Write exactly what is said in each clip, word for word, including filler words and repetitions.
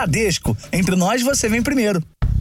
Bradesco, entre nós você vem primeiro.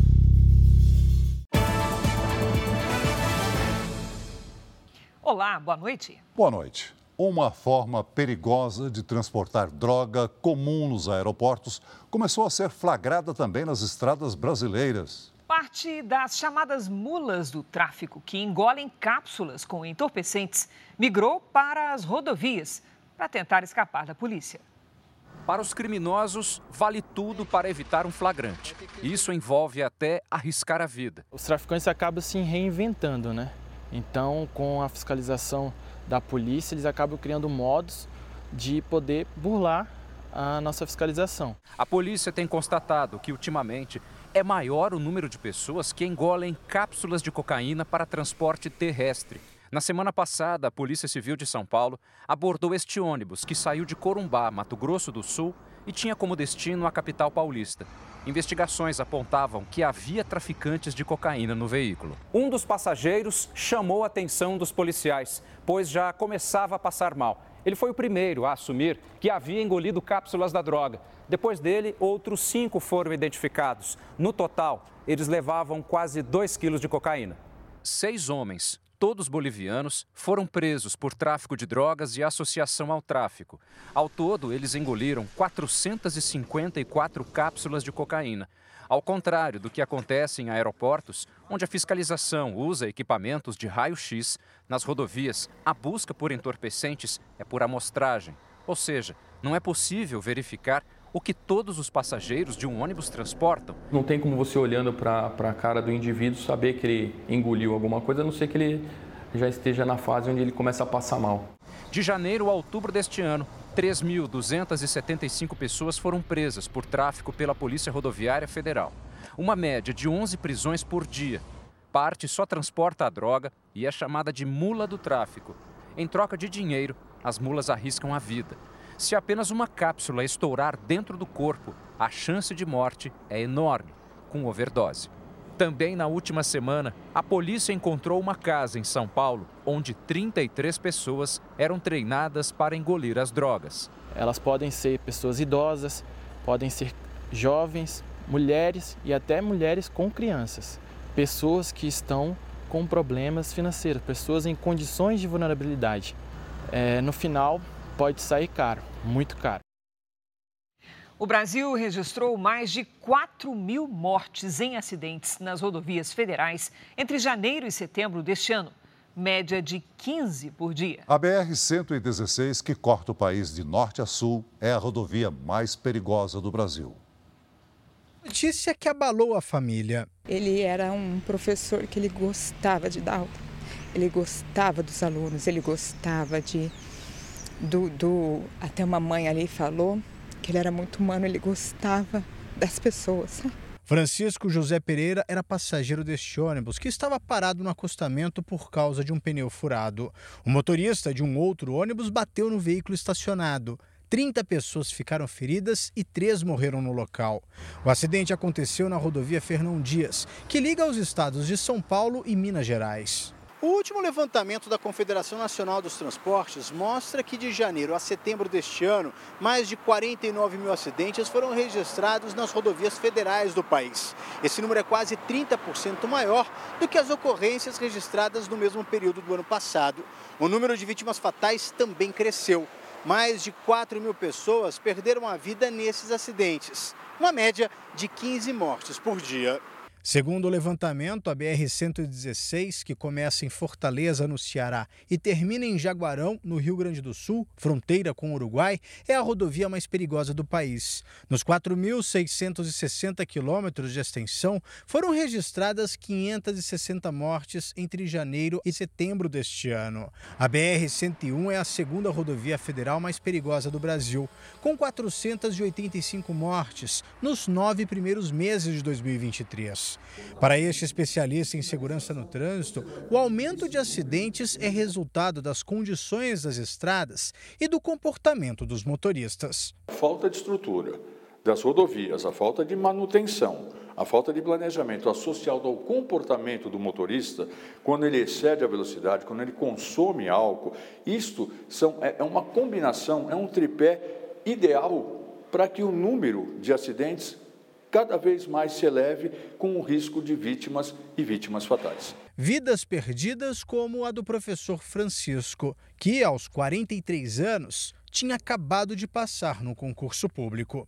Olá, boa noite. Boa noite. Uma forma perigosa de transportar droga comum nos aeroportos começou a ser flagrada também nas estradas brasileiras. Parte das chamadas mulas do tráfico, que engolem cápsulas com entorpecentes, migrou para as rodovias para tentar escapar da polícia. Para os criminosos, vale tudo para evitar um flagrante. Isso envolve até arriscar a vida. Os traficantes acabam se reinventando, né? Então, com a fiscalização da polícia, eles acabam criando modos de poder burlar a nossa fiscalização. A polícia tem constatado que, ultimamente, é maior o número de pessoas que engolem cápsulas de cocaína para transporte terrestre. Na semana passada, a Polícia Civil de São Paulo abordou este ônibus que saiu de Corumbá, Mato Grosso do Sul, e tinha como destino a capital paulista. Investigações apontavam que havia traficantes de cocaína no veículo. Um dos passageiros chamou a atenção dos policiais, pois já começava a passar mal. Ele foi o primeiro a assumir que havia engolido cápsulas da droga. Depois dele, outros cinco foram identificados. No total, eles levavam quase dois quilos de cocaína. Seis homens, todos bolivianos, foram presos por tráfico de drogas e associação ao tráfico. Ao todo, eles engoliram quatrocentas e cinquenta e quatro cápsulas de cocaína. Ao contrário do que acontece em aeroportos, onde a fiscalização usa equipamentos de raio-x, nas rodovias, a busca por entorpecentes é por amostragem. Ou seja, não é possível verificar o que todos os passageiros de um ônibus transportam. Não tem como você, olhando para a cara do indivíduo, saber que ele engoliu alguma coisa, a não ser que ele já esteja na fase onde ele começa a passar mal. De janeiro a outubro deste ano, três mil duzentas e setenta e cinco pessoas foram presas por tráfico pela Polícia Rodoviária Federal. Uma média de onze prisões por dia. Parte só transporta a droga e é chamada de mula do tráfico. Em troca de dinheiro, as mulas arriscam a vida. Se apenas uma cápsula estourar dentro do corpo, a chance de morte é enorme, com overdose. Também na última semana, a polícia encontrou uma casa em São Paulo, onde trinta e três pessoas eram treinadas para engolir as drogas. Elas podem ser pessoas idosas, podem ser jovens, mulheres e até mulheres com crianças. Pessoas que estão com problemas financeiros, pessoas em condições de vulnerabilidade. É, no final, pode sair caro, muito caro. O Brasil registrou mais de quatro mil mortes em acidentes nas rodovias federais entre janeiro e setembro deste ano, média de quinze por dia. A B R cento e dezesseis, que corta o país de norte a sul, é a rodovia mais perigosa do Brasil. Notícia que abalou a família. Ele era um professor que ele gostava de dar aula, ele gostava dos alunos, ele gostava de... Do, do, até uma mãe ali falou que ele era muito humano, ele gostava das pessoas. Francisco José Pereira era passageiro deste ônibus, que estava parado no acostamento por causa de um pneu furado. O motorista de um outro ônibus bateu no veículo estacionado. trinta pessoas ficaram feridas e três morreram no local. O acidente aconteceu na rodovia Fernão Dias, que liga os estados de São Paulo e Minas Gerais. O último levantamento da Confederação Nacional dos Transportes mostra que de janeiro a setembro deste ano, mais de quarenta e nove mil acidentes foram registrados nas rodovias federais do país. Esse número é quase trinta por cento maior do que as ocorrências registradas no mesmo período do ano passado. O número de vítimas fatais também cresceu. Mais de quatro mil pessoas perderam a vida nesses acidentes, uma média de quinze mortes por dia. Segundo o levantamento, a B R cento e dezesseis, que começa em Fortaleza, no Ceará, e termina em Jaguarão, no Rio Grande do Sul, fronteira com o Uruguai, é a rodovia mais perigosa do país. Nos quatro mil seiscentos e sessenta quilômetros de extensão, foram registradas quinhentas e sessenta mortes entre janeiro e setembro deste ano. A B R cento e um é a segunda rodovia federal mais perigosa do Brasil, com quatrocentas e oitenta e cinco mortes nos nove primeiros meses de dois mil e vinte e três. Para este especialista em segurança no trânsito, o aumento de acidentes é resultado das condições das estradas e do comportamento dos motoristas. A falta de estrutura das rodovias, a falta de manutenção, a falta de planejamento associado ao comportamento do motorista, quando ele excede a velocidade, quando ele consome álcool, isto são, é uma combinação, é um tripé ideal para que o número de acidentes cada vez mais se eleve com o risco de vítimas e vítimas fatais. Vidas perdidas como a do professor Francisco, que aos quarenta e três anos tinha acabado de passar no concurso público.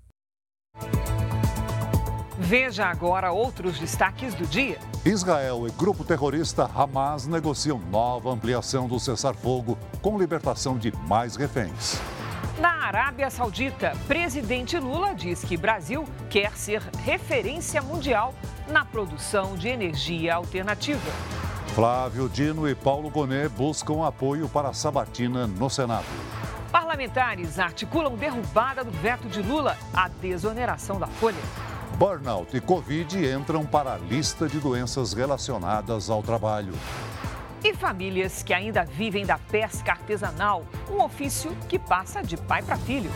Veja agora outros destaques do dia. Israel e grupo terrorista Hamas negociam nova ampliação do cessar-fogo com libertação de mais reféns. Na Arábia Saudita, presidente Lula diz que Brasil quer ser referência mundial na produção de energia alternativa. Flávio Dino e Paulo Gonet buscam apoio para a sabatina no Senado. Parlamentares articulam derrubada do veto de Lula à desoneração da folha. Burnout e Covid entram para a lista de doenças relacionadas ao trabalho. E famílias que ainda vivem da pesca artesanal, um ofício que passa de pai para filho.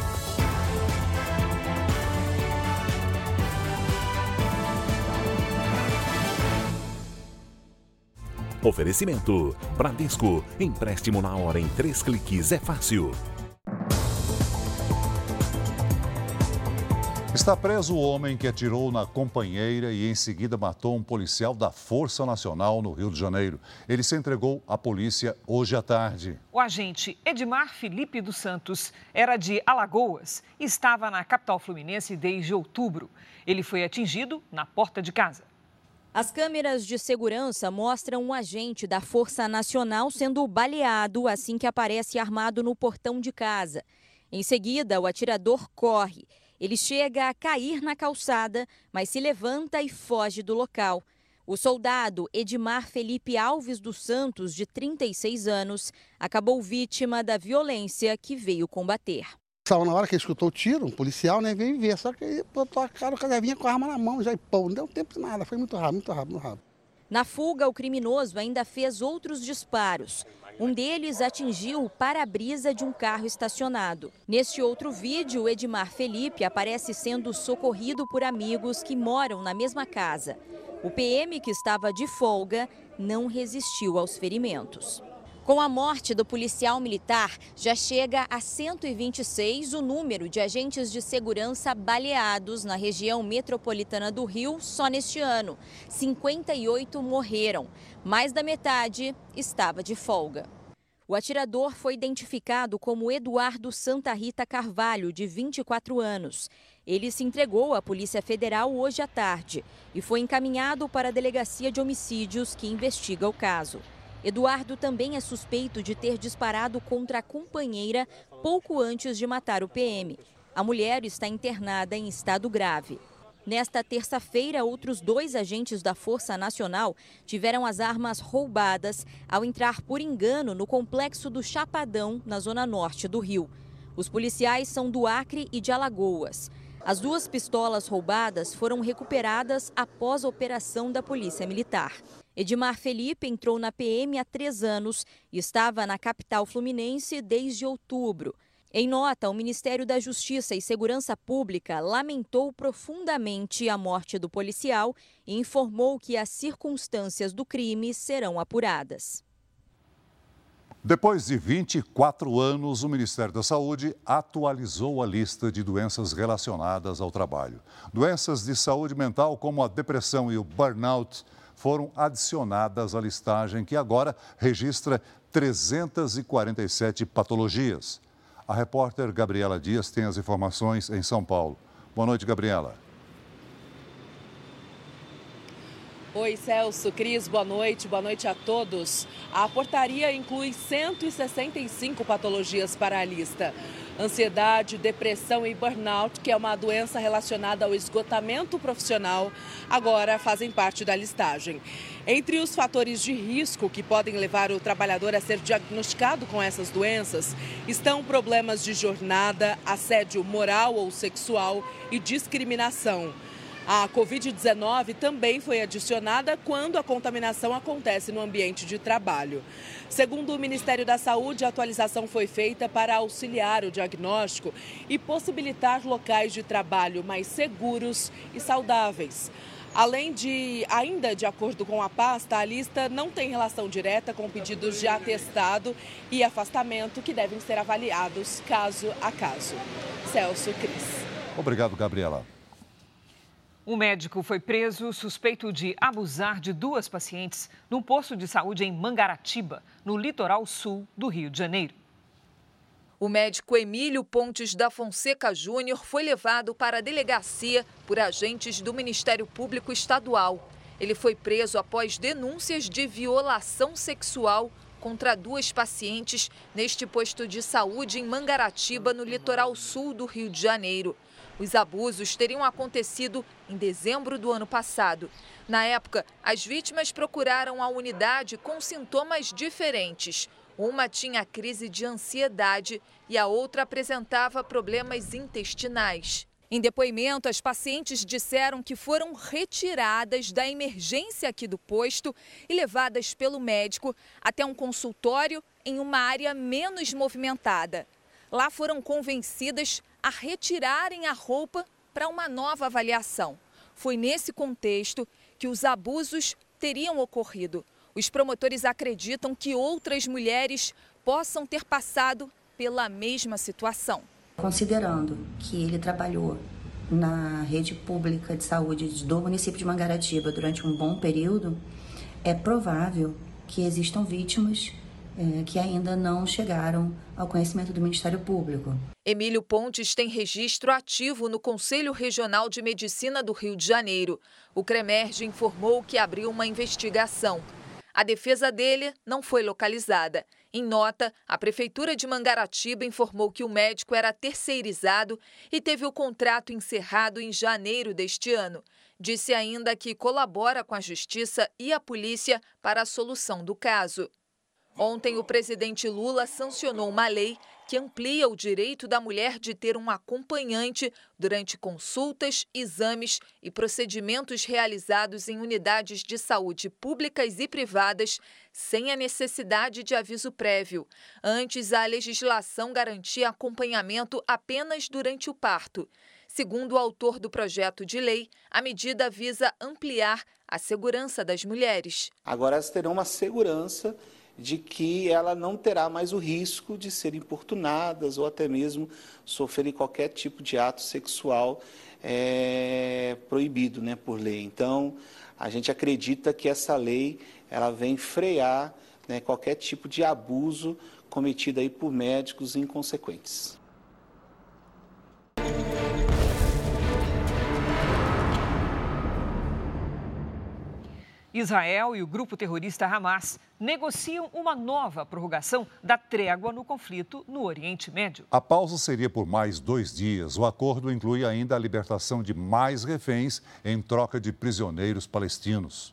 Oferecimento: Bradesco. Empréstimo na hora em três cliques é fácil. Está preso o homem que atirou na companheira e em seguida matou um policial da Força Nacional no Rio de Janeiro. Ele se entregou à polícia hoje à tarde. O agente Edmar Felipe dos Santos era de Alagoas e estava na capital fluminense desde outubro. Ele foi atingido na porta de casa. As câmeras de segurança mostram um agente da Força Nacional sendo baleado assim que aparece armado no portão de casa. Em seguida, o atirador corre. Ele chega a cair na calçada, mas se levanta e foge do local. O soldado Edmar Felipe Alves dos Santos, de trinta e seis anos, acabou vítima da violência que veio combater. Na hora que ele escutou o tiro, um policial, né, veio ver, só que ele botou a cara, o cara vinha com a arma na mão, já e pô, não deu tempo de nada, foi muito rápido, muito rápido, muito rápido. Na fuga, o criminoso ainda fez outros disparos. Um deles atingiu o para-brisa de um carro estacionado. Neste outro vídeo, Edmar Felipe aparece sendo socorrido por amigos que moram na mesma casa. O P M, que estava de folga, não resistiu aos ferimentos. Com a morte do policial militar, já chega a cento e vinte e seis o número de agentes de segurança baleados na região metropolitana do Rio só neste ano. cinquenta e oito morreram. Mais da metade estava de folga. O atirador foi identificado como Eduardo Santa Rita Carvalho, de vinte e quatro anos. Ele se entregou à Polícia Federal hoje à tarde e foi encaminhado para a Delegacia de Homicídios, que investiga o caso. Eduardo também é suspeito de ter disparado contra a companheira pouco antes de matar o P M. A mulher está internada em estado grave. Nesta terça-feira, outros dois agentes da Força Nacional tiveram as armas roubadas ao entrar por engano no complexo do Chapadão, na zona norte do Rio. Os policiais são do Acre e de Alagoas. As duas pistolas roubadas foram recuperadas após a operação da Polícia Militar. Edmar Felipe entrou na P M há três anos e estava na capital fluminense desde outubro. Em nota, o Ministério da Justiça e Segurança Pública lamentou profundamente a morte do policial e informou que as circunstâncias do crime serão apuradas. Depois de vinte e quatro anos, o Ministério da Saúde atualizou a lista de doenças relacionadas ao trabalho. Doenças de saúde mental, como a depressão e o burnout, foram adicionadas à listagem, que agora registra trezentas e quarenta e sete patologias. A repórter Gabriela Dias tem as informações em São Paulo. Boa noite, Gabriela. Oi, Celso, Cris, boa noite, boa noite a todos. A portaria inclui cento e sessenta e cinco patologias para a lista. Ansiedade, depressão e burnout, que é uma doença relacionada ao esgotamento profissional, agora fazem parte da listagem. Entre os fatores de risco que podem levar o trabalhador a ser diagnosticado com essas doenças estão problemas de jornada, assédio moral ou sexual e discriminação. A covid dezenove também foi adicionada quando a contaminação acontece no ambiente de trabalho. Segundo o Ministério da Saúde, a atualização foi feita para auxiliar o diagnóstico e possibilitar locais de trabalho mais seguros e saudáveis. Além de, ainda de acordo com a pasta, a lista não tem relação direta com pedidos de atestado e afastamento que devem ser avaliados caso a caso. Celso, Cris. Obrigado, Gabriela. Um médico foi preso suspeito de abusar de duas pacientes num posto de saúde em Mangaratiba, no litoral sul do Rio de Janeiro. O médico Emílio Pontes da Fonseca Júnior foi levado para a delegacia por agentes do Ministério Público Estadual. Ele foi preso após denúncias de violação sexual contra duas pacientes neste posto de saúde em Mangaratiba, no litoral sul do Rio de Janeiro. Os abusos teriam acontecido em dezembro do ano passado. Na época, as vítimas procuraram a unidade com sintomas diferentes. Uma tinha crise de ansiedade e a outra apresentava problemas intestinais. Em depoimento, as pacientes disseram que foram retiradas da emergência aqui do posto e levadas pelo médico até um consultório em uma área menos movimentada. Lá foram convencidas a retirarem a roupa para uma nova avaliação. Foi nesse contexto que os abusos teriam ocorrido. Os promotores acreditam que outras mulheres possam ter passado pela mesma situação. Considerando que ele trabalhou na rede pública de saúde do município de Mangaratiba durante um bom período, é provável que existam vítimas é, que ainda não chegaram ao conhecimento do Ministério Público. Emílio Pontes tem registro ativo no Conselho Regional de Medicina do Rio de Janeiro. O CREMERGE informou que abriu uma investigação. A defesa dele não foi localizada. Em nota, a Prefeitura de Mangaratiba informou que o médico era terceirizado e teve o contrato encerrado em janeiro deste ano. Disse ainda que colabora com a Justiça e a polícia para a solução do caso. Ontem, o presidente Lula sancionou uma lei que amplia o direito da mulher de ter um acompanhante durante consultas, exames e procedimentos realizados em unidades de saúde públicas e privadas, sem a necessidade de aviso prévio. Antes, a legislação garantia acompanhamento apenas durante o parto. Segundo o autor do projeto de lei, a medida visa ampliar a segurança das mulheres. Agora elas terão uma segurança de que ela não terá mais o risco de serem importunadas ou até mesmo sofrerem qualquer tipo de ato sexual é, proibido, né, por lei. Então, a gente acredita que essa lei ela vem frear, né, qualquer tipo de abuso cometido aí por médicos inconsequentes. Israel e o grupo terrorista Hamas negociam uma nova prorrogação da trégua no conflito no Oriente Médio. A pausa seria por mais dois dias. O acordo inclui ainda a libertação de mais reféns em troca de prisioneiros palestinos.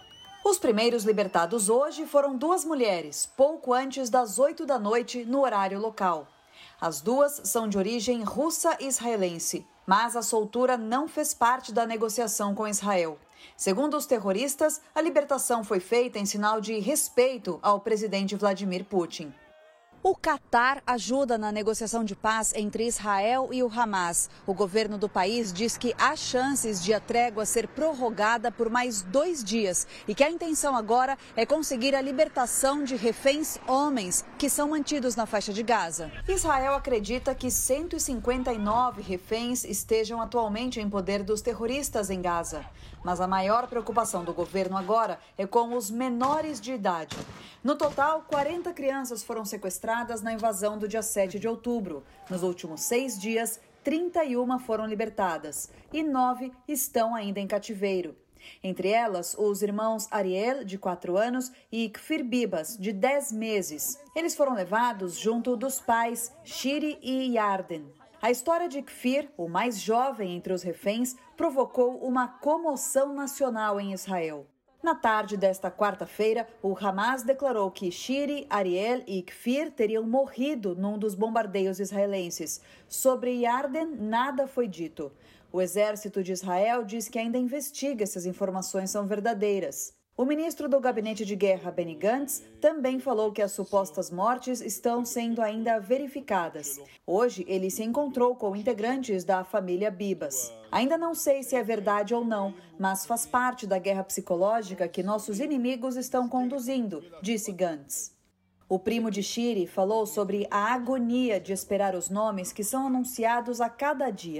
Os primeiros libertados hoje foram duas mulheres, pouco antes das oito da noite, no horário local. As duas são de origem russa-israelense, mas a soltura não fez parte da negociação com Israel. Segundo os terroristas, a libertação foi feita em sinal de respeito ao presidente Vladimir Putin. O Catar ajuda na negociação de paz entre Israel e o Hamas. O governo do país diz que há chances de a trégua ser prorrogada por mais dois dias e que a intenção agora é conseguir a libertação de reféns homens que são mantidos na faixa de Gaza. Israel acredita que cento e cinquenta e nove reféns estejam atualmente em poder dos terroristas em Gaza. Mas a maior preocupação do governo agora é com os menores de idade. No total, quarenta crianças foram sequestradas na invasão do dia sete de outubro. Nos últimos seis dias, trinta e uma foram libertadas e nove estão ainda em cativeiro. Entre elas, os irmãos Ariel, de quatro anos, e Kfir Bibas, de dez meses. Eles foram levados junto dos pais Shiri e Yarden. A história de Kfir, o mais jovem entre os reféns, provocou uma comoção nacional em Israel. Na tarde desta quarta-feira, o Hamas declarou que Shiri, Ariel e Kfir teriam morrido num dos bombardeios israelenses. Sobre Yarden, nada foi dito. O exército de Israel diz que ainda investiga se as informações são verdadeiras. O ministro do Gabinete de Guerra, Benny Gantz, também falou que as supostas mortes estão sendo ainda verificadas. Hoje, ele se encontrou com integrantes da família Bibas. Ainda não sei se é verdade ou não, mas faz parte da guerra psicológica que nossos inimigos estão conduzindo, disse Gantz. O primo de Shiri falou sobre a agonia de esperar os nomes que são anunciados a cada dia.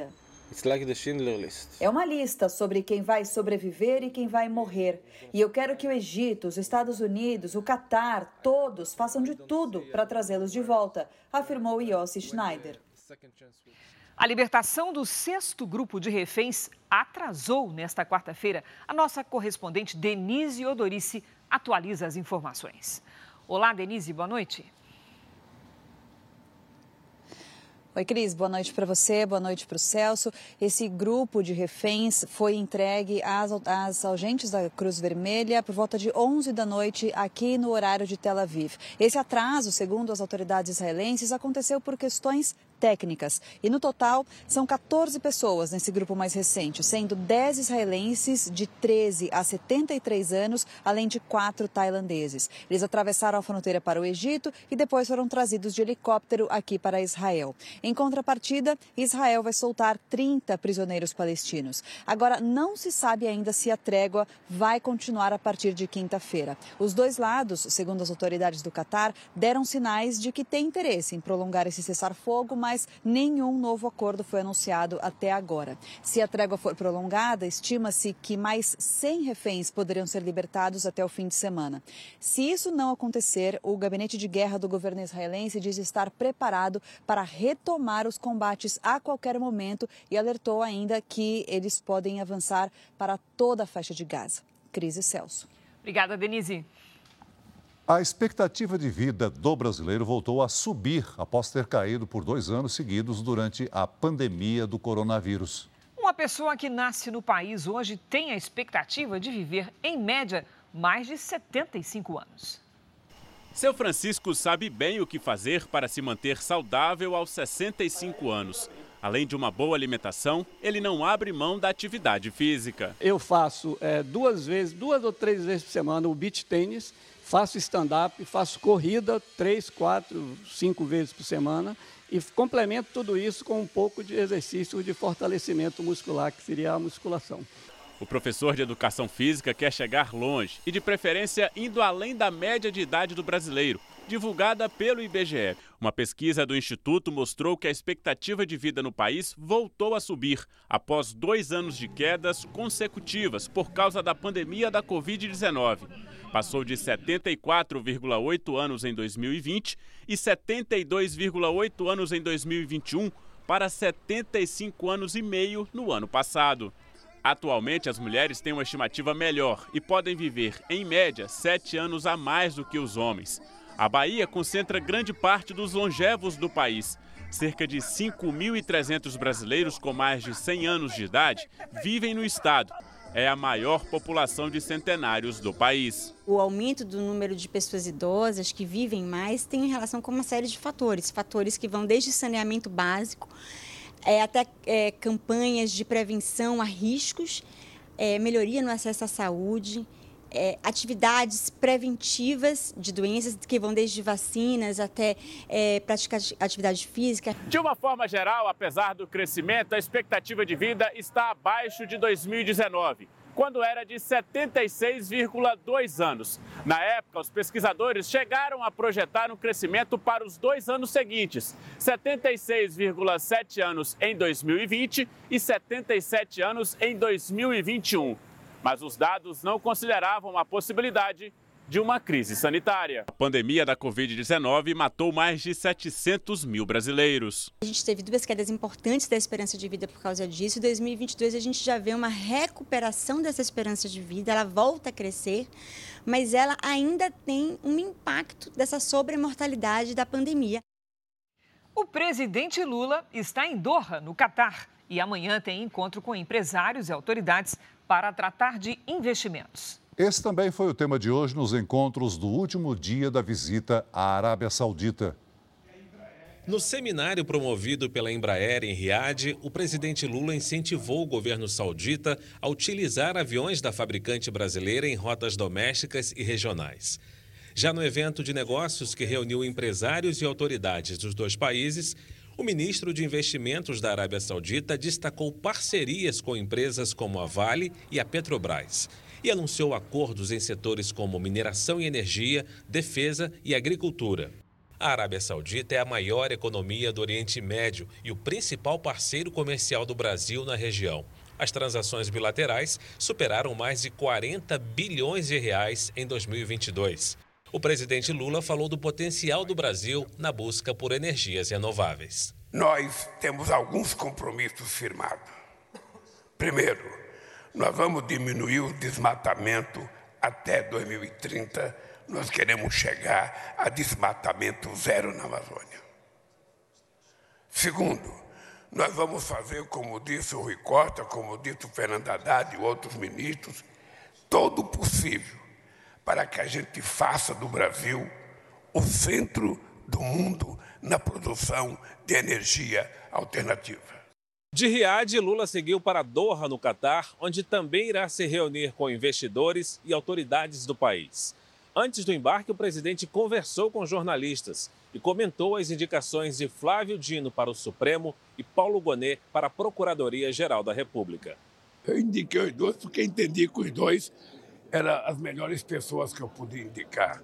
É uma lista sobre quem vai sobreviver e quem vai morrer. E eu quero que o Egito, os Estados Unidos, o Catar, todos façam de tudo para trazê-los de volta, afirmou Yossi Schneider. A libertação do sexto grupo de reféns atrasou nesta quarta-feira. A nossa correspondente Denise Odorici atualiza as informações. Olá, Denise, boa noite. Oi, Cris, boa noite para você, boa noite para o Celso. Esse grupo de reféns foi entregue às, às agentes da Cruz Vermelha por volta de onze da noite aqui no horário de Tel Aviv. Esse atraso, segundo as autoridades israelenses, aconteceu por questões técnicas. E no total, são quatorze pessoas nesse grupo mais recente, sendo dez israelenses de treze a setenta e três anos, além de quatro tailandeses. Eles atravessaram a fronteira para o Egito e depois foram trazidos de helicóptero aqui para Israel. Em contrapartida, Israel vai soltar trinta prisioneiros palestinos. Agora, não se sabe ainda se a trégua vai continuar a partir de quinta-feira. Os dois lados, segundo as autoridades do Catar, deram sinais de que têm interesse em prolongar esse cessar-fogo, mas mas nenhum novo acordo foi anunciado até agora. Se a trégua for prolongada, estima-se que mais cem reféns poderiam ser libertados até o fim de semana. Se isso não acontecer, o gabinete de guerra do governo israelense diz estar preparado para retomar os combates a qualquer momento e alertou ainda que eles podem avançar para toda a faixa de Gaza. Cris e Celso. Obrigada, Denise. A expectativa de vida do brasileiro voltou a subir após ter caído por dois anos seguidos durante a pandemia do coronavírus. Uma pessoa que nasce no país hoje tem a expectativa de viver, em média, mais de setenta e cinco anos. Seu Francisco sabe bem o que fazer para se manter saudável aos sessenta e cinco anos. Além de uma boa alimentação, ele não abre mão da atividade física. Eu faço é, duas vezes, duas ou três vezes por semana o beach tênis. Faço stand-up, faço corrida três, quatro, cinco vezes por semana e complemento tudo isso com um pouco de exercício de fortalecimento muscular, que seria a musculação. O professor de educação física quer chegar longe e, de preferência, indo além da média de idade do brasileiro, divulgada pelo I B G E. Uma pesquisa do Instituto mostrou que a expectativa de vida no país voltou a subir após dois anos de quedas consecutivas por causa da pandemia da covid dezenove. Passou de setenta e quatro vírgula oito anos em dois mil e vinte e setenta e dois vírgula oito anos em dois mil e vinte e um para setenta e cinco anos e meio no ano passado. Atualmente, as mulheres têm uma estimativa melhor e podem viver, em média, sete anos a mais do que os homens. A Bahia concentra grande parte dos longevos do país. Cerca de cinco mil e trezentos brasileiros com mais de cem anos de idade vivem no estado. É a maior população de centenários do país. O aumento do número de pessoas idosas que vivem mais tem relação com uma série de fatores. Fatores que vão desde saneamento básico é, até é, campanhas de prevenção a riscos, é, melhoria no acesso à saúde, É, atividades preventivas de doenças que vão desde vacinas até é, praticar atividade física. De uma forma geral, apesar do crescimento, a expectativa de vida está abaixo de dois mil e dezenove, quando era de setenta e seis vírgula dois anos. Na época, os pesquisadores chegaram a projetar um crescimento para os dois anos seguintes, setenta e seis vírgula sete anos em dois mil e vinte e setenta e sete anos em dois mil e vinte e um. Mas os dados não consideravam a possibilidade de uma crise sanitária. A pandemia da covid dezenove matou mais de setecentos mil brasileiros. A gente teve duas quedas importantes da esperança de vida por causa disso. Em dois mil e vinte e dois a gente já vê uma recuperação dessa esperança de vida, ela volta a crescer, mas ela ainda tem um impacto dessa sobremortalidade da pandemia. O presidente Lula está em Doha, no Catar, e amanhã tem encontro com empresários e autoridades para tratar de investimentos. Esse também foi o tema de hoje nos encontros do último dia da visita à Arábia Saudita. No seminário promovido pela Embraer em Riad, o presidente Lula incentivou o governo saudita a utilizar aviões da fabricante brasileira em rotas domésticas e regionais. Já no evento de negócios que reuniu empresários e autoridades dos dois países, o ministro de Investimentos da Arábia Saudita destacou parcerias com empresas como a Vale e a Petrobras e anunciou acordos em setores como mineração e energia, defesa e agricultura. A Arábia Saudita é a maior economia do Oriente Médio e o principal parceiro comercial do Brasil na região. As transações bilaterais superaram mais de quarenta bilhões de reais em dois mil e vinte e dois. O presidente Lula falou do potencial do Brasil na busca por energias renováveis. Nós temos alguns compromissos firmados. Primeiro, nós vamos diminuir o desmatamento até dois mil e trinta. Nós queremos chegar a desmatamento zero na Amazônia. Segundo, nós vamos fazer, como disse o Rui Costa, como disse o Fernando Haddad e outros ministros, todo o possível para que a gente faça do Brasil o centro do mundo na produção de energia alternativa. De Riad, Lula seguiu para Doha, no Catar, onde também irá se reunir com investidores e autoridades do país. Antes do embarque, o presidente conversou com jornalistas e comentou as indicações de Flávio Dino para o Supremo e Paulo Gonet para a Procuradoria-Geral da República. Eu indiquei os dois porque entendi que os dois eram as melhores pessoas que eu podia indicar.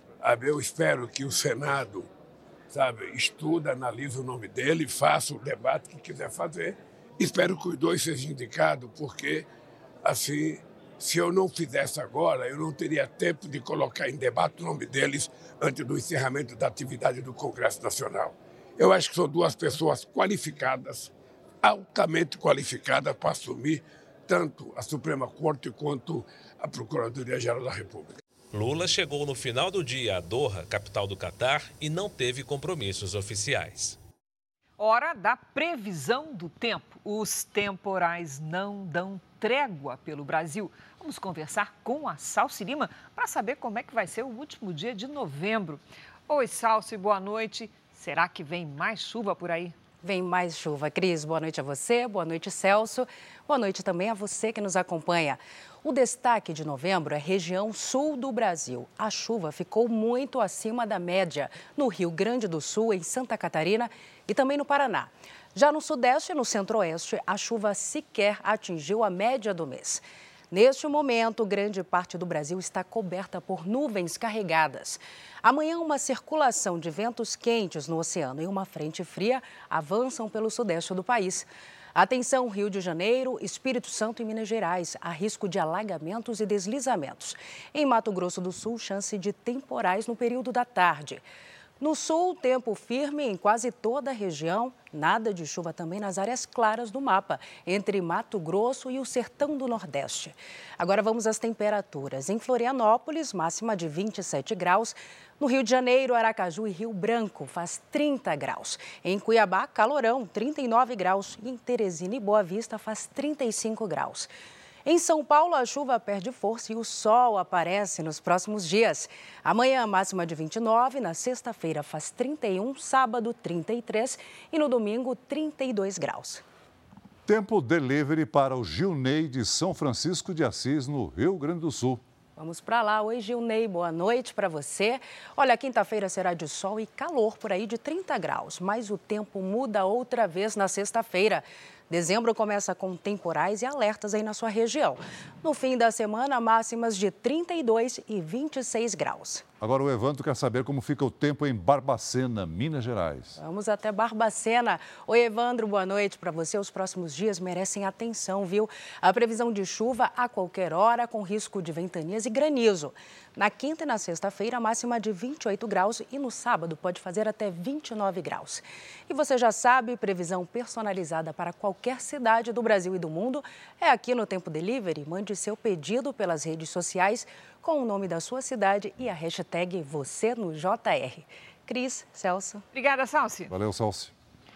Eu espero que o Senado, sabe, estude, analise o nome dele, faça o debate que quiser fazer. Espero que os dois sejam indicados, porque, assim, se eu não fizesse agora, eu não teria tempo de colocar em debate o nome deles antes do encerramento da atividade do Congresso Nacional. Eu acho que são duas pessoas qualificadas, altamente qualificadas para assumir tanto a Suprema Corte quanto a Procuradoria-Geral da República. Lula chegou no final do dia a Doha, capital do Catar, e não teve compromissos oficiais. Hora da previsão do tempo. Os temporais não dão trégua pelo Brasil. Vamos conversar com a Salsi Lima para saber como é que vai ser o último dia de novembro. Oi, Salsi, boa noite. Será que vem mais chuva por aí? Vem mais chuva. Cris, boa noite a você, boa noite, Celso. Boa noite também a você que nos acompanha. O destaque de novembro é a região sul do Brasil. A chuva ficou muito acima da média no Rio Grande do Sul, em Santa Catarina e também no Paraná. Já no Sudeste e no Centro-Oeste, a chuva sequer atingiu a média do mês. Neste momento, grande parte do Brasil está coberta por nuvens carregadas. Amanhã, uma circulação de ventos quentes no oceano e uma frente fria avançam pelo sudeste do país. Atenção, Rio de Janeiro, Espírito Santo e Minas Gerais. Há risco de alagamentos e deslizamentos. Em Mato Grosso do Sul, chance de temporais no período da tarde. No sul, tempo firme em quase toda a região. Nada de chuva também nas áreas claras do mapa, entre Mato Grosso e o sertão do Nordeste. Agora vamos às temperaturas. Em Florianópolis, máxima de vinte e sete graus. No Rio de Janeiro, Aracaju e Rio Branco, faz trinta graus. Em Cuiabá, calorão, trinta e nove graus. E em Teresina e Boa Vista, faz trinta e cinco graus. Em São Paulo, a chuva perde força e o sol aparece nos próximos dias. Amanhã, máxima de vinte e nove, na sexta-feira faz trinta e um, sábado trinta e três e no domingo trinta e dois graus. Tempo delivery para o Gilney de São Francisco de Assis, no Rio Grande do Sul. Vamos para lá. Oi, Gilney, boa noite para você. Olha, quinta-feira será de sol e calor por aí de trinta graus, mas o tempo muda outra vez na sexta-feira. Dezembro começa com temporais e alertas aí na sua região. No fim da semana, máximas de trinta e dois e vinte e seis graus. Agora o Evandro quer saber como fica o tempo em Barbacena, Minas Gerais. Vamos até Barbacena. Oi, Evandro, boa noite para você. Os próximos dias merecem atenção, viu? A previsão de chuva a qualquer hora, com risco de ventanias e granizo. Na quinta e na sexta-feira, máxima de vinte e oito graus e no sábado pode fazer até vinte e nove graus. E você já sabe, previsão personalizada para qualquer cidade do Brasil e do mundo é aqui no Tempo Delivery. Mande seu pedido pelas redes sociais com o nome da sua cidade e a hashtag você no J R. Cris, Celso. Obrigada, Salsi. Valeu, Salsi.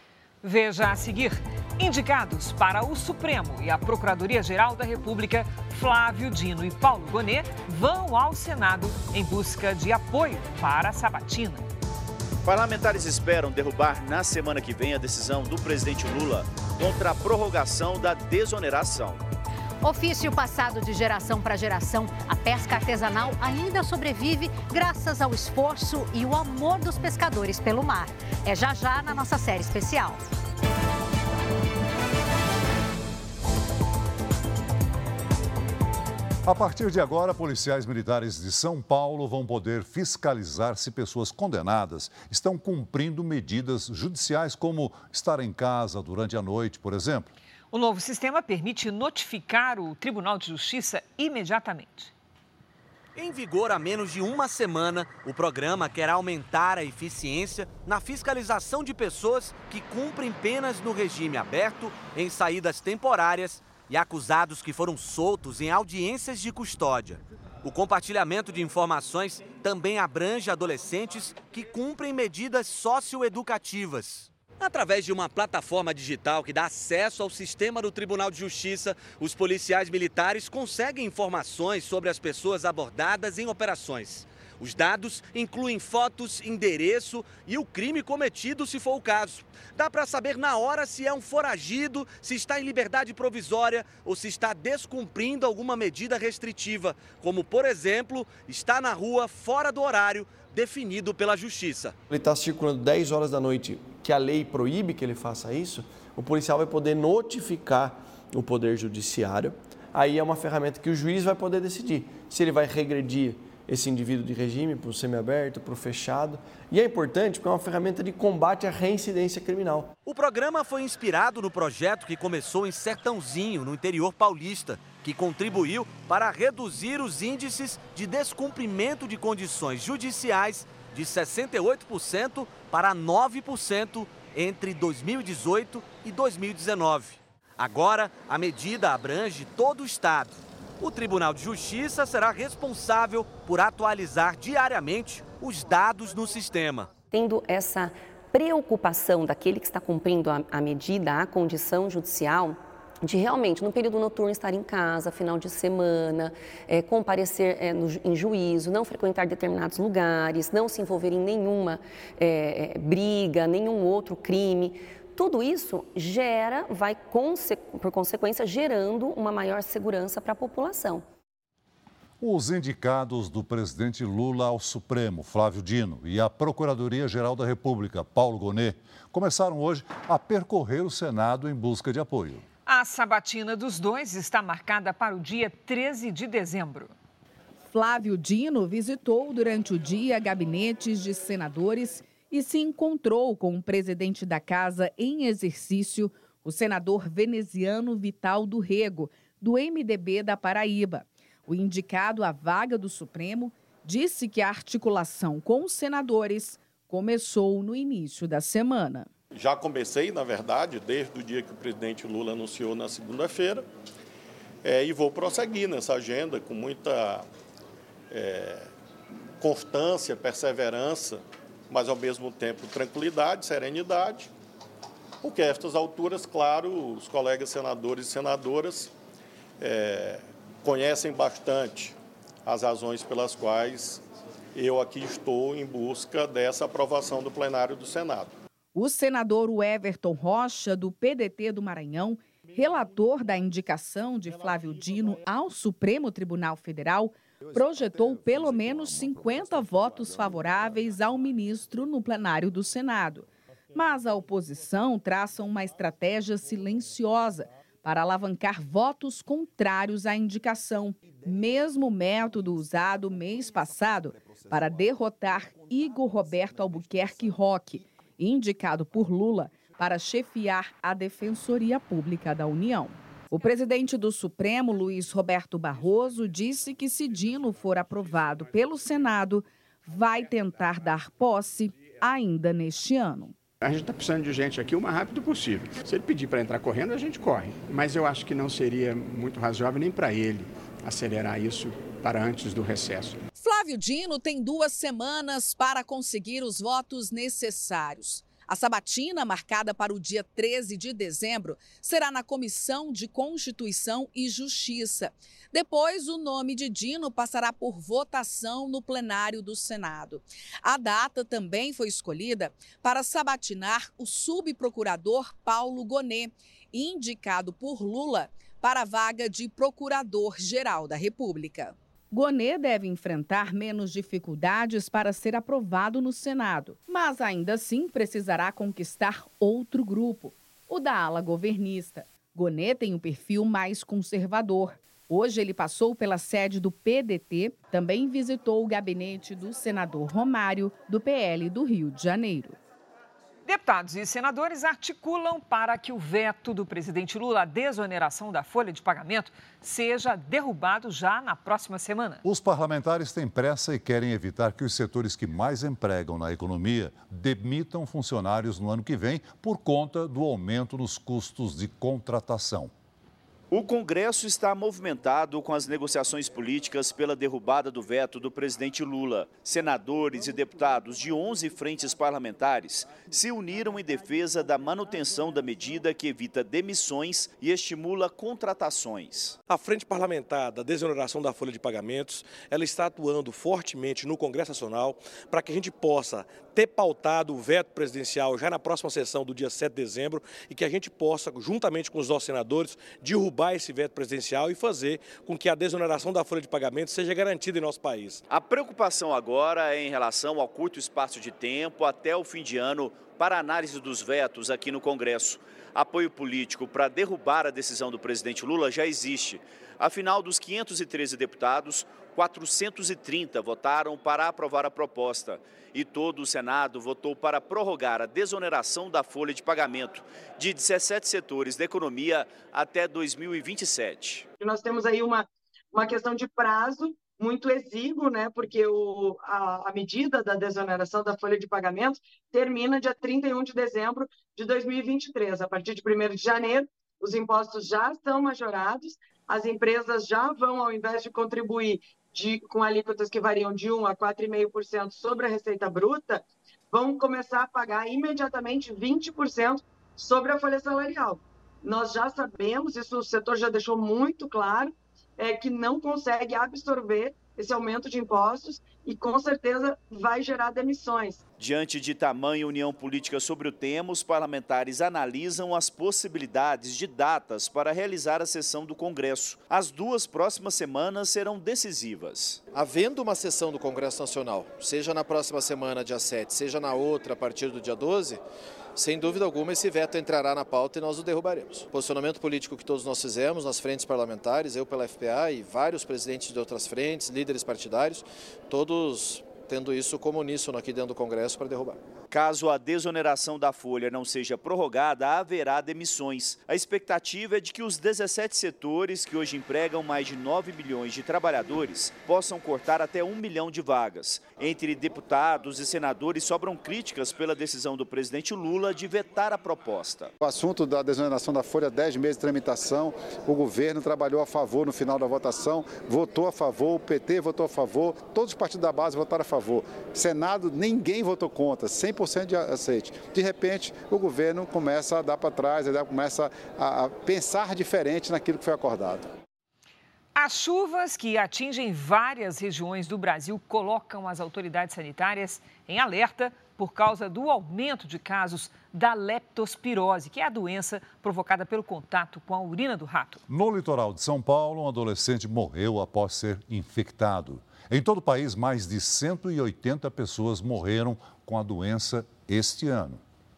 Veja a seguir. Indicados para o Supremo e a Procuradoria-Geral da República, Flávio Dino e Paulo Gonet vão ao Senado em busca de apoio para a sabatina. Parlamentares esperam derrubar na semana que vem a decisão do presidente Lula contra a prorrogação da desoneração. Ofício passado de geração para geração, a pesca artesanal ainda sobrevive graças ao esforço e o amor dos pescadores pelo mar. É já já na nossa série especial. A partir de agora, policiais militares de São Paulo vão poder fiscalizar se pessoas condenadas estão cumprindo medidas judiciais, como estar em casa durante a noite, por exemplo. O novo sistema permite notificar o Tribunal de Justiça imediatamente. Em vigor há menos de uma semana, o programa quer aumentar a eficiência na fiscalização de pessoas que cumprem penas no regime aberto, em saídas temporárias, e acusados que foram soltos em audiências de custódia. O compartilhamento de informações também abrange adolescentes que cumprem medidas socioeducativas. Através de uma plataforma digital que dá acesso ao sistema do Tribunal de Justiça, os policiais militares conseguem informações sobre as pessoas abordadas em operações. Os dados incluem fotos, endereço e o crime cometido, se for o caso. Dá para saber na hora se é um foragido, se está em liberdade provisória ou se está descumprindo alguma medida restritiva, como, por exemplo, está na rua fora do horário definido pela Justiça. Ele está circulando dez horas da noite, que a lei proíbe que ele faça isso, o policial vai poder notificar o Poder Judiciário. Aí é uma ferramenta que o juiz vai poder decidir se ele vai regredir esse indivíduo de regime para o semiaberto, para o fechado. E é importante porque é uma ferramenta de combate à reincidência criminal. O programa foi inspirado no projeto que começou em Sertãozinho, no interior paulista, que contribuiu para reduzir os índices de descumprimento de condições judiciais de sessenta e oito por cento para nove por cento entre dois mil e dezoito e dois mil e dezenove. Agora, a medida abrange todo o estado. O Tribunal de Justiça será responsável por atualizar diariamente os dados no sistema. Tendo essa preocupação daquele que está cumprindo a, a medida, a condição judicial, de realmente, no período noturno, estar em casa, final de semana, é, comparecer é, no, em juízo, não frequentar determinados lugares, não se envolver em nenhuma é, é, briga, nenhum outro crime. Tudo isso gera, vai, por consequência, gerando uma maior segurança para a população. Os indicados do presidente Lula ao Supremo, Flávio Dino, e a Procuradoria-Geral da República, Paulo Gonet, começaram hoje a percorrer o Senado em busca de apoio. A sabatina dos dois está marcada para o dia treze de dezembro. Flávio Dino visitou durante o dia gabinetes de senadores e se encontrou com o presidente da Casa em exercício, o senador veneziano Vital do Rego, do M D B da Paraíba. O indicado à vaga do Supremo disse que a articulação com os senadores começou no início da semana. Já comecei, na verdade, desde o dia que o presidente Lula anunciou na segunda-feira, é, e vou prosseguir nessa agenda com muita é, constância, perseverança, mas, ao mesmo tempo, tranquilidade, serenidade, porque a estas alturas, claro, os colegas senadores e senadoras é, conhecem bastante as razões pelas quais eu aqui estou em busca dessa aprovação do plenário do Senado. O senador Everton Rocha, do P D T do Maranhão, relator da indicação de Flávio Dino ao Supremo Tribunal Federal, projetou pelo menos cinquenta votos favoráveis ao ministro no plenário do Senado. Mas a oposição traça uma estratégia silenciosa para alavancar votos contrários à indicação, mesmo método usado mês passado para derrotar Igor Roberto Albuquerque Roque, indicado por Lula para chefiar a Defensoria Pública da União. O presidente do Supremo, Luiz Roberto Barroso, disse que se Dino for aprovado pelo Senado, vai tentar dar posse ainda neste ano. A gente está precisando de gente aqui o mais rápido possível. Se ele pedir para entrar correndo, a gente corre. Mas eu acho que não seria muito razoável nem para ele acelerar isso para antes do recesso. Flávio Dino tem duas semanas para conseguir os votos necessários. A sabatina, marcada para o dia treze de dezembro, será na Comissão de Constituição e Justiça. Depois, o nome de Dino passará por votação no plenário do Senado. A data também foi escolhida para sabatinar o subprocurador Paulo Gonet, indicado por Lula para a vaga de Procurador-Geral da República. Gonet deve enfrentar menos dificuldades para ser aprovado no Senado, mas ainda assim precisará conquistar outro grupo, o da ala governista. Gonet tem um perfil mais conservador. Hoje ele passou pela sede do P D T, também visitou o gabinete do senador Romário, do P L do Rio de Janeiro. Deputados e senadores articulam para que o veto do presidente Lula à desoneração da folha de pagamento seja derrubado já na próxima semana. Os parlamentares têm pressa e querem evitar que os setores que mais empregam na economia demitam funcionários no ano que vem por conta do aumento nos custos de contratação. O Congresso está movimentado com as negociações políticas pela derrubada do veto do presidente Lula. Senadores e deputados de onze frentes parlamentares se uniram em defesa da manutenção da medida que evita demissões e estimula contratações. A Frente Parlamentar da Desoneração da Folha de Pagamentos, ela está atuando fortemente no Congresso Nacional para que a gente possa ter pautado o veto presidencial já na próxima sessão do dia sete de dezembro e que a gente possa, juntamente com os nossos senadores, derrubar esse veto presidencial e fazer com que a desoneração da folha de pagamento seja garantida em nosso país. A preocupação agora é em relação ao curto espaço de tempo até o fim de ano para a análise dos vetos aqui no Congresso. Apoio político para derrubar a decisão do presidente Lula já existe. Afinal, dos quinhentos e treze deputados, quatrocentos e trinta votaram para aprovar a proposta. E todo o Senado votou para prorrogar a desoneração da folha de pagamento de dezessete setores da economia até dois mil e vinte e sete. Nós temos aí uma, uma questão de prazo muito exíguo, né? Porque o, a, a medida da desoneração da folha de pagamento termina dia trinta e um de dezembro de dois mil e vinte e três. A partir de primeiro de janeiro, os impostos já estão majorados, as empresas já vão, ao invés de contribuir De, com alíquotas que variam de um a quatro vírgula cinco por cento sobre a receita bruta, vão começar a pagar imediatamente vinte por cento sobre a folha salarial. Nós já sabemos, isso o setor já deixou muito claro, é que não consegue absorver esse aumento de impostos e com certeza vai gerar demissões. Diante de tamanha união política sobre o tema, os parlamentares analisam as possibilidades de datas para realizar a sessão do Congresso. As duas próximas semanas serão decisivas. Havendo uma sessão do Congresso Nacional, seja na próxima semana, dia sete, seja na outra, a partir do dia doze, sem dúvida alguma esse veto entrará na pauta e nós o derrubaremos. O posicionamento político que todos nós fizemos nas frentes parlamentares, eu pela F P A e vários presidentes de outras frentes, líderes partidários, todos tendo isso como uníssono aqui dentro do Congresso para derrubar. Caso a desoneração da folha não seja prorrogada, haverá demissões. A expectativa é de que os dezessete setores, que hoje empregam mais de nove milhões de trabalhadores, possam cortar até um milhão de vagas. Entre deputados e senadores sobram críticas pela decisão do presidente Lula de vetar a proposta. O assunto da desoneração da folha, dez meses de tramitação, o governo trabalhou a favor no final da votação, votou a favor, o P T votou a favor, todos os partidos da base votaram a favor. Senado, ninguém votou contra, cem por cento de aceite. De repente, o governo começa a dar para trás, começa a pensar diferente naquilo que foi acordado. As chuvas que atingem várias regiões do Brasil colocam as autoridades sanitárias em alerta por causa do aumento de casos da leptospirose, que é a doença provocada pelo contato com a urina do rato. No litoral de São Paulo, um adolescente morreu após ser infectado. Em todo o país, mais de cento e oitenta pessoas morreram com a doença este ano.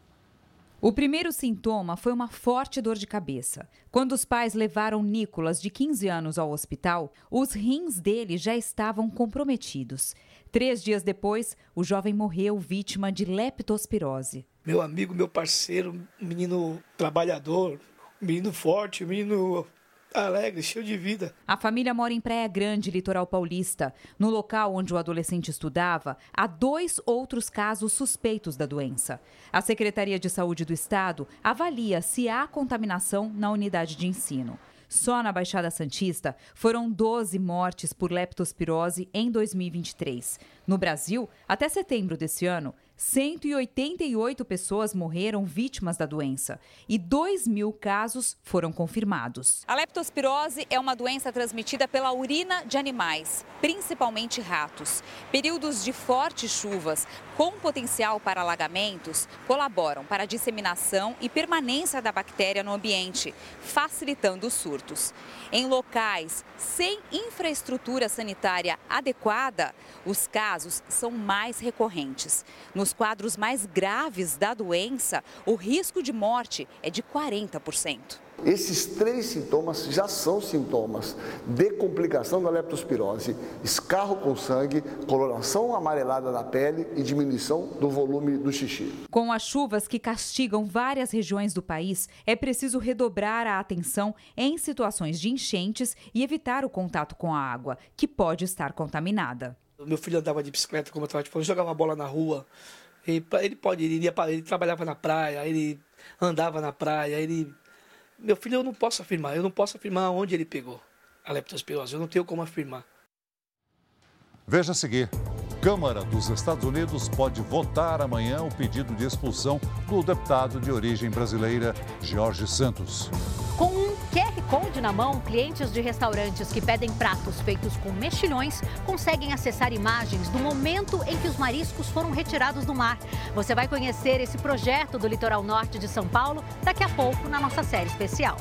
O primeiro sintoma foi uma forte dor de cabeça. Quando os pais levaram Nicolas, de quinze anos, ao hospital, os rins dele já estavam comprometidos. Três dias depois, o jovem morreu vítima de leptospirose. Meu amigo, meu parceiro, menino trabalhador, menino forte, menino alegre, cheio de vida. A família mora em Praia Grande, litoral paulista. No local onde o adolescente estudava, há dois outros casos suspeitos da doença. A Secretaria de Saúde do Estado avalia se há contaminação na unidade de ensino. Só na Baixada Santista foram doze mortes por leptospirose em dois mil e vinte e três. No Brasil, até setembro desse ano, cento e oitenta e oito pessoas morreram vítimas da doença e dois mil casos foram confirmados. A leptospirose é uma doença transmitida pela urina de animais, principalmente ratos. Períodos de fortes chuvas, com potencial para alagamentos, colaboram para a disseminação e permanência da bactéria no ambiente, facilitando os surtos. Em locais sem infraestrutura sanitária adequada, os casos são mais recorrentes. Nos quadros mais graves da doença, o risco de morte é de quarenta por cento. Esses três sintomas já são sintomas de complicação da leptospirose: escarro com sangue, coloração amarelada da pele e diminuição do volume do xixi. Com as chuvas que castigam várias regiões do país, é preciso redobrar a atenção em situações de enchentes e evitar o contato com a água, que pode estar contaminada. Meu filho andava de bicicleta, como eu estava te falando, jogava bola na rua. Ele, ele pode, ele, ia, ele trabalhava na praia, ele andava na praia, ele... Meu filho, eu não posso afirmar, eu não posso afirmar onde ele pegou a leptospirose, eu não tenho como afirmar. Veja a seguir. Câmara dos Estados Unidos pode votar amanhã o pedido de expulsão do deputado de origem brasileira, Jorge Santos. Com um Q R Code na mão, clientes de restaurantes que pedem pratos feitos com mexilhões conseguem acessar imagens do momento em que os mariscos foram retirados do mar. Você vai conhecer esse projeto do litoral norte de São Paulo daqui a pouco na nossa série especial.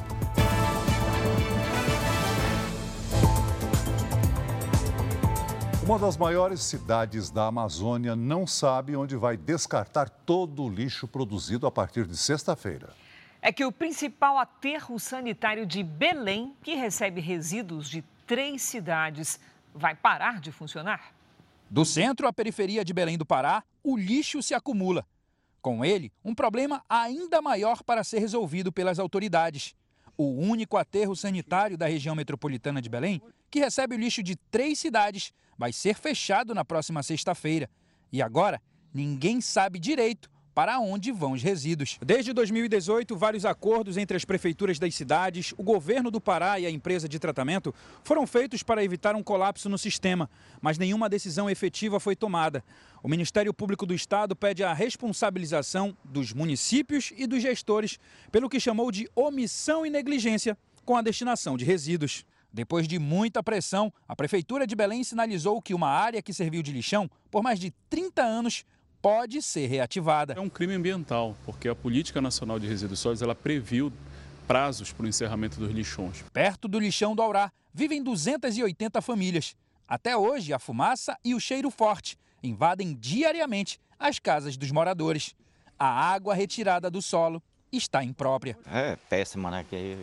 Uma das maiores cidades da Amazônia não sabe onde vai descartar todo o lixo produzido a partir de sexta-feira. É que o principal aterro sanitário de Belém, que recebe resíduos de três cidades, vai parar de funcionar. Do centro à periferia de Belém do Pará, o lixo se acumula. Com ele, um problema ainda maior para ser resolvido pelas autoridades. O único aterro sanitário da região metropolitana de Belém, que recebe o lixo de três cidades, vai ser fechado na próxima sexta-feira. E agora, ninguém sabe direito para onde vão os resíduos. Desde dois mil e dezoito, vários acordos entre as prefeituras das cidades, o governo do Pará e a empresa de tratamento foram feitos para evitar um colapso no sistema, mas nenhuma decisão efetiva foi tomada. O Ministério Público do Estado pede a responsabilização dos municípios e dos gestores pelo que chamou de omissão e negligência com a destinação de resíduos. Depois de muita pressão, a Prefeitura de Belém sinalizou que uma área que serviu de lixão por mais de trinta anos pode ser reativada. É um crime ambiental, porque a Política Nacional de Resíduos Sólidos ela previu prazos para o encerramento dos lixões. Perto do lixão do Aurá vivem duzentas e oitenta famílias. Até hoje, a fumaça e o cheiro forte invadem diariamente as casas dos moradores. A água retirada do solo está imprópria. É péssima, né? Que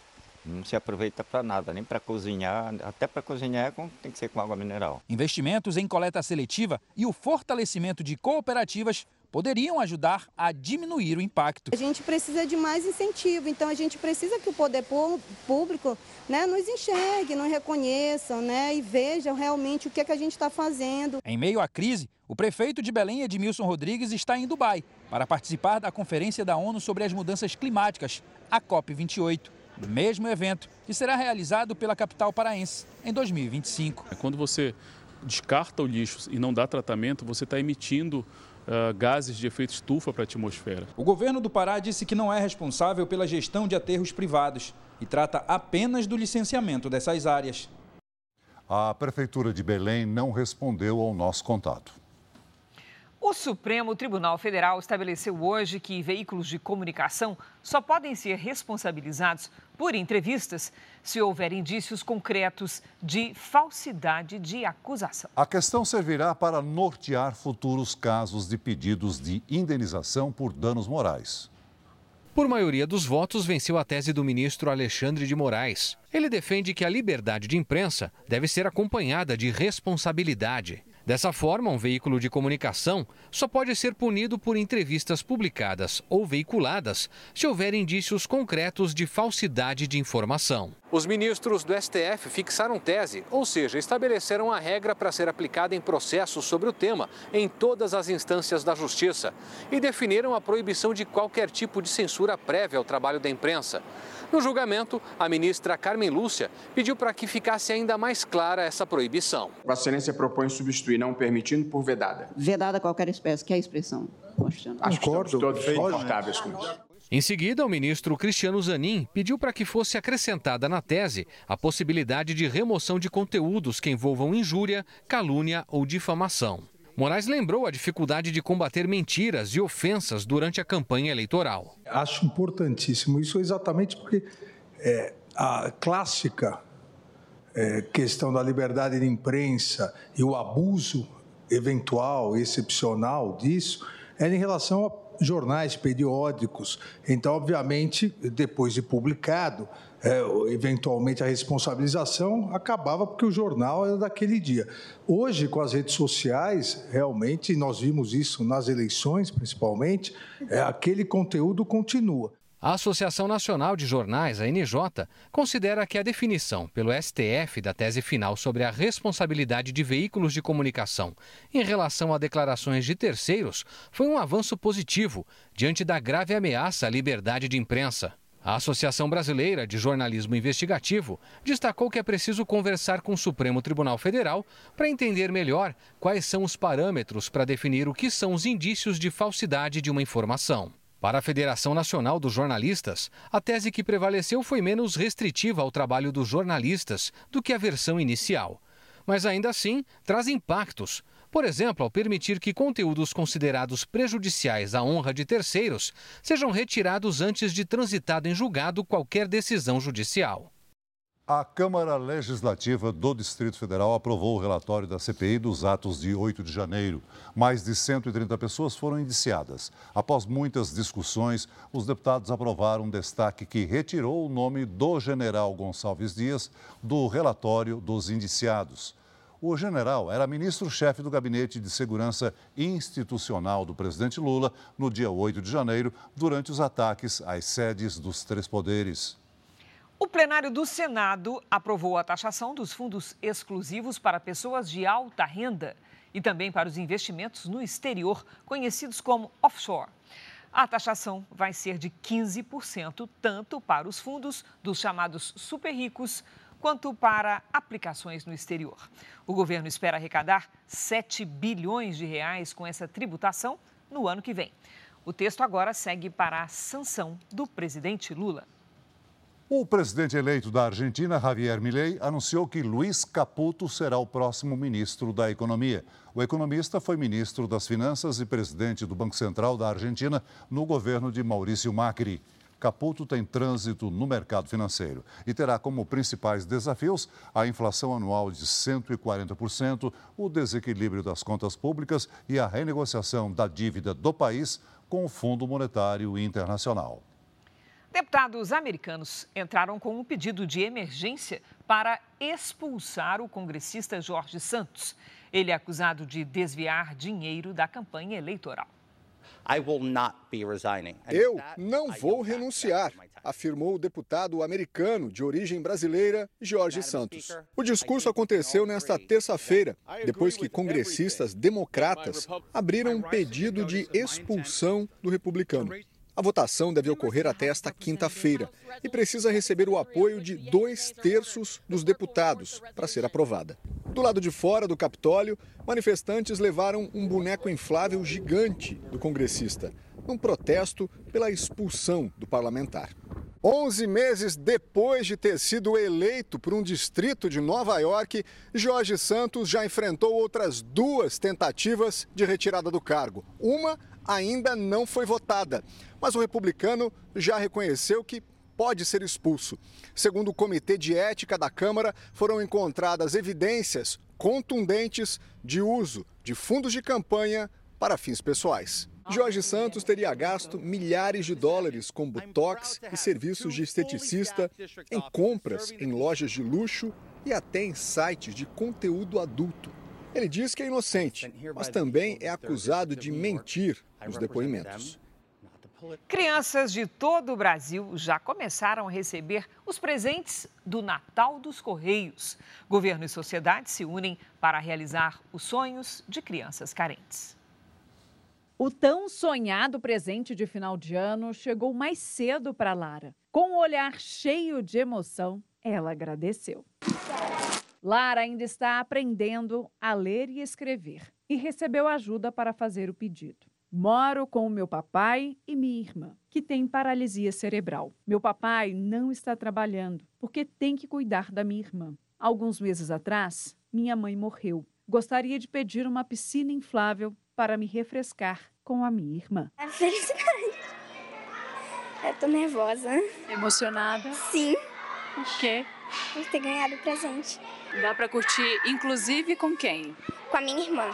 não se aproveita para nada, nem para cozinhar, até para cozinhar tem que ser com água mineral. Investimentos em coleta seletiva e o fortalecimento de cooperativas poderiam ajudar a diminuir o impacto. A gente precisa de mais incentivo, então a gente precisa que o poder público, né, nos enxergue, nos reconheçam, né, e vejam realmente o que, é que a gente está fazendo. Em meio à crise, o prefeito de Belém, Edmilson Rodrigues, está em Dubai para participar da Conferência da ONU sobre as Mudanças Climáticas, a COP vinte e oito. Mesmo evento que será realizado pela capital paraense em dois mil e vinte e cinco. Quando você descarta o lixo e não dá tratamento, você está emitindo uh, gases de efeito estufa para a atmosfera. O governo do Pará disse que não é responsável pela gestão de aterros privados e trata apenas do licenciamento dessas áreas. A Prefeitura de Belém não respondeu ao nosso contato. O Supremo Tribunal Federal estabeleceu hoje que veículos de comunicação só podem ser responsabilizados por entrevistas se houver indícios concretos de falsidade de acusação. A questão servirá para nortear futuros casos de pedidos de indenização por danos morais. Por maioria dos votos, venceu a tese do ministro Alexandre de Moraes. Ele defende que a liberdade de imprensa deve ser acompanhada de responsabilidade. Dessa forma, um veículo de comunicação só pode ser punido por entrevistas publicadas ou veiculadas se houver indícios concretos de falsidade de informação. Os ministros do S T F fixaram tese, ou seja, estabeleceram a regra para ser aplicada em processos sobre o tema em todas as instâncias da Justiça e definiram a proibição de qualquer tipo de censura prévia ao trabalho da imprensa. No julgamento, a ministra Carmen Lúcia pediu para que ficasse ainda mais clara essa proibição. Vossa Excelência propõe substituir não permitindo por vedada. Vedada qualquer espécie, que é a expressão constitucional. Acho que estamos todos confortáveis com isso. Em seguida, o ministro Cristiano Zanin pediu para que fosse acrescentada na tese a possibilidade de remoção de conteúdos que envolvam injúria, calúnia ou difamação. Moraes lembrou a dificuldade de combater mentiras e ofensas durante a campanha eleitoral. Acho importantíssimo isso exatamente porque é, a clássica é, questão da liberdade de imprensa e o abuso eventual, excepcional disso, é em relação a jornais, periódicos. Então, obviamente, depois de publicado, é, eventualmente a responsabilização acabava porque o jornal era daquele dia. Hoje, com as redes sociais, realmente, nós vimos isso nas eleições, principalmente, é, aquele conteúdo continua. A Associação Nacional de Jornais, a N J, considera que a definição pelo S T F da tese final sobre a responsabilidade de veículos de comunicação em relação a declarações de terceiros foi um avanço positivo diante da grave ameaça à liberdade de imprensa. A Associação Brasileira de Jornalismo Investigativo destacou que é preciso conversar com o Supremo Tribunal Federal para entender melhor quais são os parâmetros para definir o que são os indícios de falsidade de uma informação. Para a Federação Nacional dos Jornalistas, a tese que prevaleceu foi menos restritiva ao trabalho dos jornalistas do que a versão inicial. Mas ainda assim, traz impactos. Por exemplo, ao permitir que conteúdos considerados prejudiciais à honra de terceiros sejam retirados antes de transitado em julgado qualquer decisão judicial. A Câmara Legislativa do Distrito Federal aprovou o relatório da C P I dos atos de oito de janeiro. Mais de cento e trinta pessoas foram indiciadas. Após muitas discussões, os deputados aprovaram um destaque que retirou o nome do general Gonçalves Dias do relatório dos indiciados. O general era ministro-chefe do Gabinete de Segurança Institucional do presidente Lula no dia oito de janeiro, durante os ataques às sedes dos três poderes. O plenário do Senado aprovou a taxação dos fundos exclusivos para pessoas de alta renda e também para os investimentos no exterior, conhecidos como offshore. A taxação vai ser de quinze por cento, tanto para os fundos dos chamados super ricos, quanto para aplicações no exterior. O governo espera arrecadar sete bilhões de reais com essa tributação no ano que vem. O texto agora segue para a sanção do presidente Lula. O presidente eleito da Argentina, Javier Milei, anunciou que Luiz Caputo será o próximo ministro da Economia. O economista foi ministro das Finanças e presidente do Banco Central da Argentina no governo de Maurício Macri. Caputo tem trânsito no mercado financeiro e terá como principais desafios a inflação anual de cento e quarenta por cento, o desequilíbrio das contas públicas e a renegociação da dívida do país com o Fundo Monetário Internacional. Deputados americanos entraram com um pedido de emergência para expulsar o congressista Jorge Santos. Ele é acusado de desviar dinheiro da campanha eleitoral. Eu não vou renunciar, afirmou o deputado americano de origem brasileira, Jorge Santos. O discurso aconteceu nesta terça-feira, depois que congressistas democratas abriram um pedido de expulsão do republicano. A votação deve ocorrer até esta quinta-feira e precisa receber o apoio de dois terços dos deputados para ser aprovada. Do lado de fora do Capitólio, manifestantes levaram um boneco inflável gigante do congressista, num protesto pela expulsão do parlamentar. Onze meses depois de ter sido eleito por um distrito de Nova York, Jorge Santos já enfrentou outras duas tentativas de retirada do cargo. Uma ainda não foi votada, mas o republicano já reconheceu que pode ser expulso. Segundo o Comitê de Ética da Câmara, foram encontradas evidências contundentes de uso de fundos de campanha para fins pessoais. Jorge Santos teria gasto milhares de dólares com botox e serviços de esteticista, em compras em lojas de luxo e até em sites de conteúdo adulto. Ele diz que é inocente, mas também é acusado de mentir nos depoimentos. Crianças de todo o Brasil já começaram a receber os presentes do Natal dos Correios. Governo e sociedade se unem para realizar os sonhos de crianças carentes. O tão sonhado presente de final de ano chegou mais cedo para Lara. Com um olhar cheio de emoção, ela agradeceu. Lara ainda está aprendendo a ler e escrever e recebeu ajuda para fazer o pedido. Moro com o meu papai e minha irmã, que tem paralisia cerebral. Meu papai não está trabalhando porque tem que cuidar da minha irmã. Alguns meses atrás, minha mãe morreu. Gostaria de pedir uma piscina inflável para me refrescar com a minha irmã. É felicidade. Eu tô nervosa. Emocionada? Sim. Por quê? Por ter ganhado o presente. Dá para curtir, inclusive, com quem? Com a minha irmã.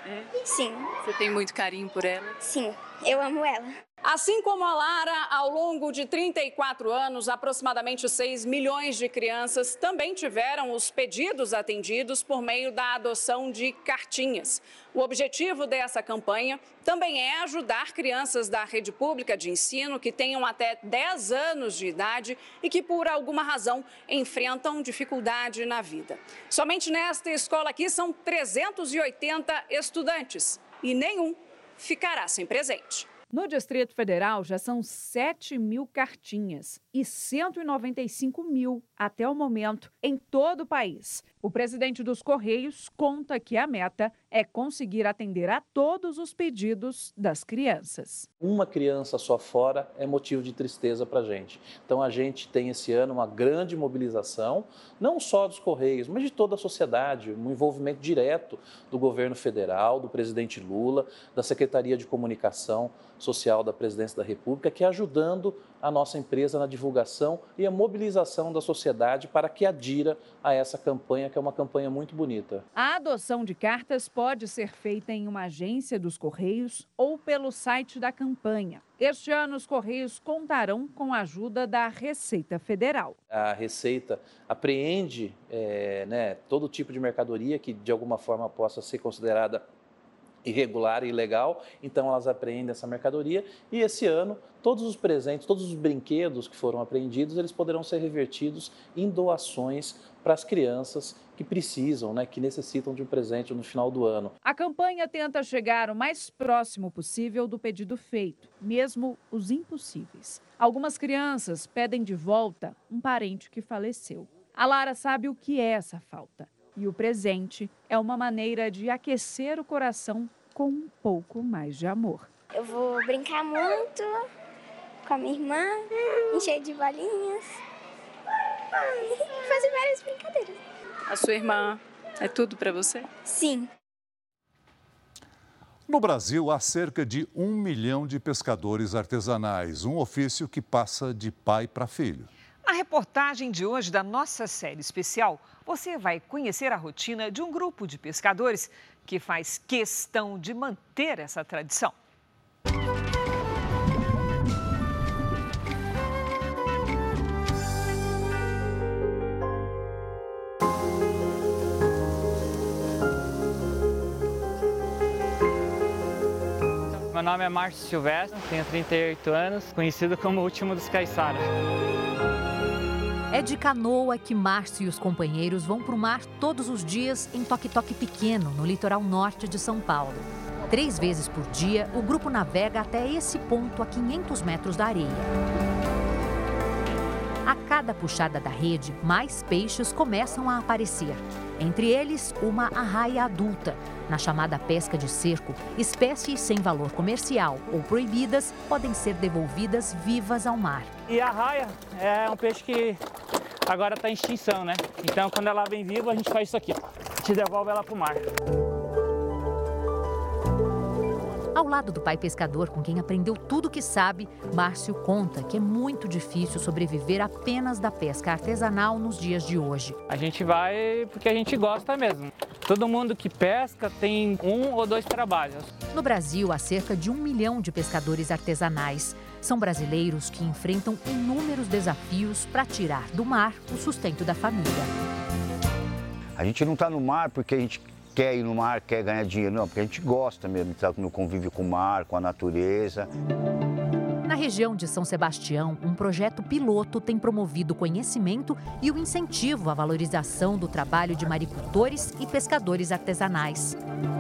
É? Sim. Você tem muito carinho por ela? Sim, eu amo ela. Assim como a Lara, ao longo de trinta e quatro anos, aproximadamente seis milhões de crianças também tiveram os pedidos atendidos por meio da adoção de cartinhas. O objetivo dessa campanha também é ajudar crianças da rede pública de ensino que tenham até dez anos de idade e que, por alguma razão, enfrentam dificuldade na vida. Somente nesta escola aqui são trezentos e oitenta estudantes e nenhum ficará sem presente. No Distrito Federal, já são sete mil cartinhas e cento e noventa e cinco mil até o momento em todo o país. O presidente dos Correios conta que a meta é conseguir atender a todos os pedidos das crianças. Uma criança só fora é motivo de tristeza para a gente. Então a gente tem esse ano uma grande mobilização, não só dos Correios, mas de toda a sociedade, um envolvimento direto do governo federal, do presidente Lula, da Secretaria de Comunicação Social da Presidência da República, que é ajudando a nossa empresa na divulgação e a mobilização da sociedade para que adira a essa campanha, que é uma campanha muito bonita. A adoção de cartas pode ser feita em uma agência dos Correios ou pelo site da campanha. Este ano, os Correios contarão com a ajuda da Receita Federal. A Receita apreende é, né, todo tipo de mercadoria que, de alguma forma, possa ser considerada irregular e ilegal, então elas apreendem essa mercadoria e esse ano todos os presentes, todos os brinquedos que foram apreendidos, eles poderão ser revertidos em doações para as crianças que precisam, né, que necessitam de um presente no final do ano. A campanha tenta chegar o mais próximo possível do pedido feito, mesmo os impossíveis. Algumas crianças pedem de volta um parente que faleceu. A Lara sabe o que é essa falta. E o presente é uma maneira de aquecer o coração com um pouco mais de amor. Eu vou brincar muito com a minha irmã, encher de bolinhas e fazer várias brincadeiras. A sua irmã é tudo para você? Sim. No Brasil, há cerca de um milhão de pescadores artesanais, um ofício que passa de pai para filho. Na reportagem de hoje da nossa série especial, você vai conhecer a rotina de um grupo de pescadores que faz questão de manter essa tradição. Meu nome é Márcio Silvestre, tenho trinta e oito anos, conhecido como o último dos caiçaras. É de canoa que Márcio e os companheiros vão para o mar todos os dias em toque-toque pequeno, no litoral norte de São Paulo. Três vezes por dia, o grupo navega até esse ponto a quinhentos metros da areia. A cada puxada da rede, mais peixes começam a aparecer. Entre eles, uma arraia adulta. Na chamada pesca de cerco, espécies sem valor comercial ou proibidas podem ser devolvidas vivas ao mar. E a arraia é um peixe que agora está em extinção, né? Então, quando ela vem viva, a gente faz isso aqui, ó. A gente devolve ela para o mar. Ao lado do pai pescador, com quem aprendeu tudo o que sabe, Márcio conta que é muito difícil sobreviver apenas da pesca artesanal nos dias de hoje. A gente vai porque a gente gosta mesmo. Todo mundo que pesca tem um ou dois trabalhos. No Brasil, há cerca de um milhão de pescadores artesanais. São brasileiros que enfrentam inúmeros desafios para tirar do mar o sustento da família. A gente não está no mar porque a gente quer ir no mar, quer ganhar dinheiro, não, porque a gente gosta mesmo de estar no convívio com o mar, com a natureza. Na região de São Sebastião, um projeto piloto tem promovido o conhecimento e o incentivo à valorização do trabalho de maricultores e pescadores artesanais.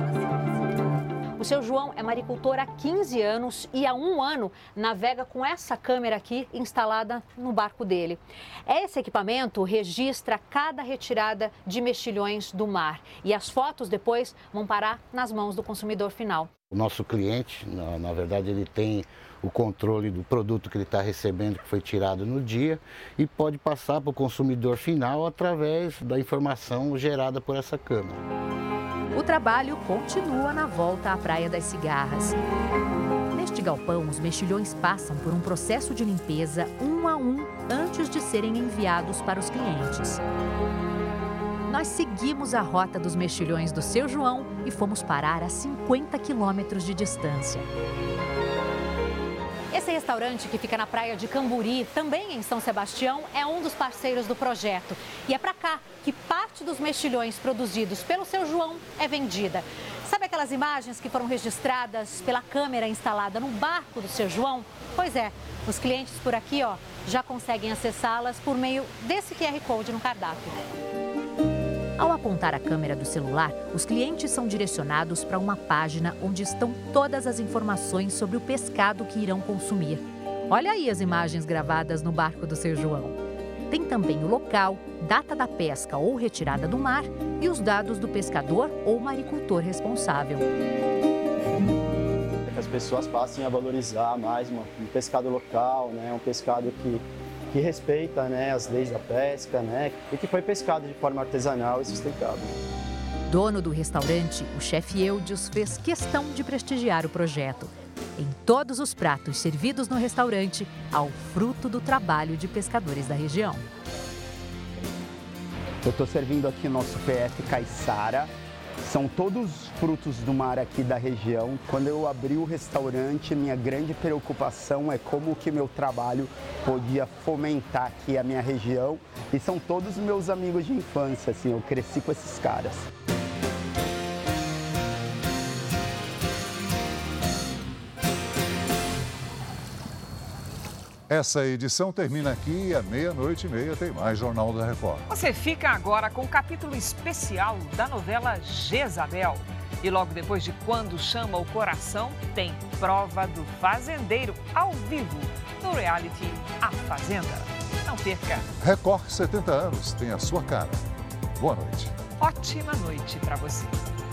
O seu João é maricultor há quinze anos e há um ano navega com essa câmera aqui instalada no barco dele. Esse equipamento registra cada retirada de mexilhões do mar e as fotos depois vão parar nas mãos do consumidor final. O nosso cliente, na, na verdade, ele tem o controle do produto que ele está recebendo, que foi tirado no dia, e pode passar para o consumidor final através da informação gerada por essa câmera. O trabalho continua na volta à Praia das Cigarras. Neste galpão, os mexilhões passam por um processo de limpeza um a um antes de serem enviados para os clientes. nós seguimos a rota dos mexilhões do Seu João e fomos parar a cinquenta quilômetros de distância. Esse restaurante, que fica na praia de Camburi, também em São Sebastião, é um dos parceiros do projeto. E é para cá que parte dos mexilhões produzidos pelo Seu João é vendida. Sabe aquelas imagens que foram registradas pela câmera instalada no barco do Seu João? Pois é, os clientes por aqui, ó, já conseguem acessá-las por meio desse Q R Code no cardápio. Ao apontar a câmera do celular, os clientes são direcionados para uma página onde estão todas as informações sobre o pescado que irão consumir. Olha aí as imagens gravadas no barco do Seu João. Tem também o local, data da pesca ou retirada do mar e os dados do pescador ou maricultor responsável. Que as pessoas passem a valorizar mais um pescado local, né? Um pescado que, que respeita, né, as leis da pesca, né? E que foi pescado de forma artesanal e sustentável. Dono do restaurante, o chefe Eudes fez questão de prestigiar o projeto. Em todos os pratos servidos no restaurante, há o fruto do trabalho de pescadores da região. Eu estou servindo aqui o nosso P F Caiçara. São todos frutos do mar aqui da região. Quando eu abri o restaurante, minha grande preocupação é como que meu trabalho podia fomentar aqui a minha região. E são todos meus amigos de infância, assim, eu cresci com esses caras. Essa edição termina aqui e à meia-noite e meia tem mais Jornal da Record. Você fica agora com um capítulo especial da novela Jezabel. E logo depois de Quando Chama o Coração, tem Prova do Fazendeiro ao vivo no reality A Fazenda. Não perca. Record setenta anos tem a sua cara. Boa noite. Ótima noite para você.